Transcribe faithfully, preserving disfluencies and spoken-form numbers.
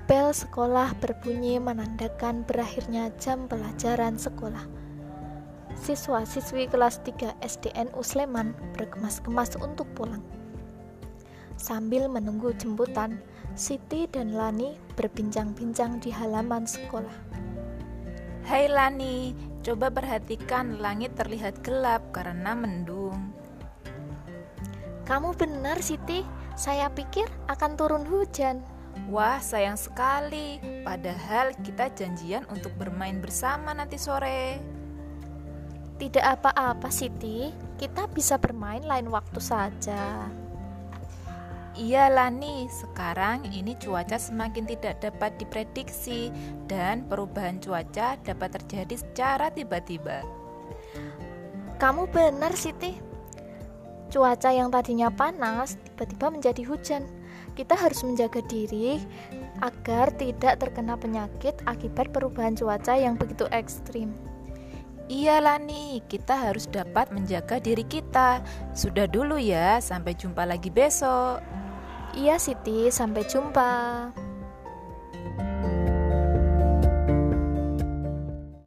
Bel sekolah berbunyi menandakan berakhirnya jam pelajaran sekolah. Siswa-siswi kelas tiga S D N U Sleman bergemas-gemas untuk pulang. Sambil menunggu jemputan, Siti dan Lani berbincang-bincang di halaman sekolah. Hai Lani, coba perhatikan langit terlihat gelap karena mendung. Kamu benar Siti, saya pikir akan turun hujan. Wah, sayang sekali. Padahal kita janjian untuk bermain bersama nanti sore. Tidak apa-apa Siti, kita bisa bermain lain waktu saja. Iya Lani, sekarang ini cuaca semakin tidak dapat diprediksi dan perubahan cuaca dapat terjadi secara tiba-tiba. Kamu benar Siti, cuaca yang tadinya panas tiba-tiba menjadi hujan. Kita harus menjaga diri agar tidak terkena penyakit akibat perubahan cuaca yang begitu ekstrim. Iya Lani, kita harus dapat menjaga diri kita. Sudah dulu ya, sampai jumpa lagi besok. Iya Siti, sampai jumpa.